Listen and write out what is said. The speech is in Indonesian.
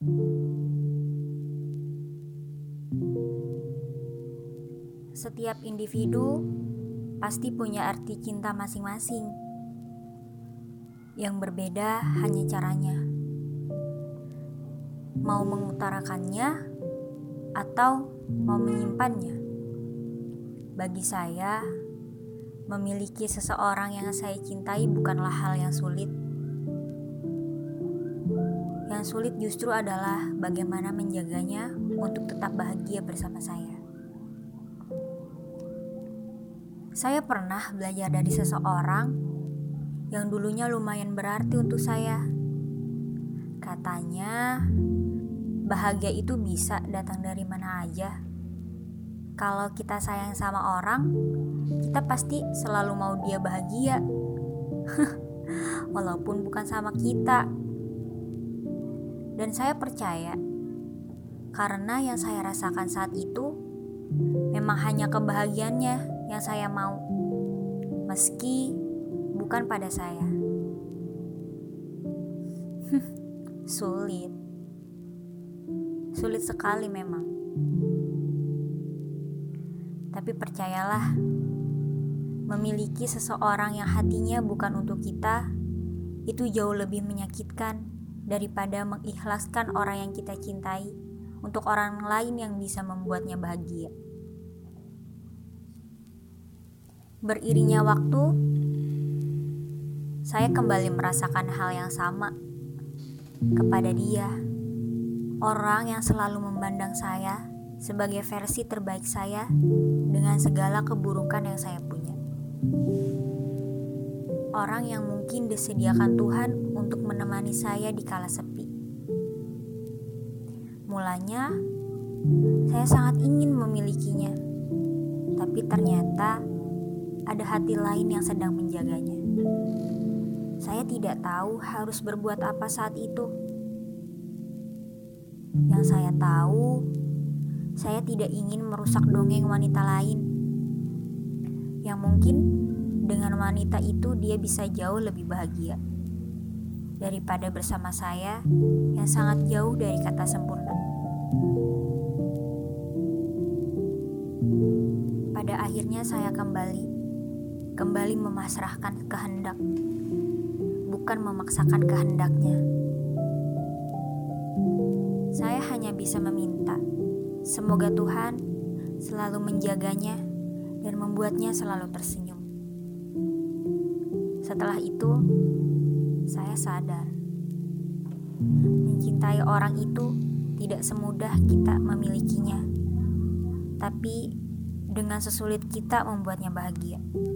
Setiap individu pasti punya arti cinta masing-masing. Yang berbeda hanya caranya. Mau mengutarakannya atau mau menyimpannya. Bagi saya, memiliki seseorang yang saya cintai bukanlah hal yang sulit. Yang sulit justru adalah bagaimana menjaganya untuk tetap bahagia bersama saya. Saya pernah belajar dari seseorang yang dulunya lumayan berarti untuk saya. Katanya, bahagia itu bisa datang dari mana aja. Kalau kita sayang sama orang, kita pasti selalu mau dia bahagia. Walaupun bukan sama kita. Dan saya percaya, karena yang saya rasakan saat itu memang hanya kebahagiaannya yang saya mau, meski bukan pada saya. Sulit sekali memang. Tapi percayalah, memiliki seseorang yang hatinya bukan untuk kita, itu jauh lebih menyakitkan daripada mengikhlaskan orang yang kita cintai untuk orang lain yang bisa membuatnya bahagia. Beriringnya waktu, saya kembali merasakan hal yang sama kepada dia, orang yang selalu memandang saya sebagai versi terbaik saya dengan segala keburukan yang saya punya. Orang yang mungkin disediakan Tuhan untuk menemani saya di kala sepi. Mulanya, saya sangat ingin memilikinya, tapi ternyata ada hati lain yang sedang menjaganya. Saya tidak tahu harus berbuat apa saat itu. Yang saya tahu, saya tidak ingin merusak dongeng wanita lain. Yang mungkin dengan wanita itu dia bisa jauh lebih bahagia daripada bersama saya yang sangat jauh dari kata sempurna. Pada akhirnya saya kembali memasrahkan kehendak, bukan memaksakan kehendaknya. Saya hanya bisa meminta, semoga Tuhan selalu menjaganya dan membuatnya selalu tersenyum. Setelah itu, saya sadar, mencintai orang itu tidak semudah kita memilikinya, tapi dengan sesulit kita membuatnya bahagia.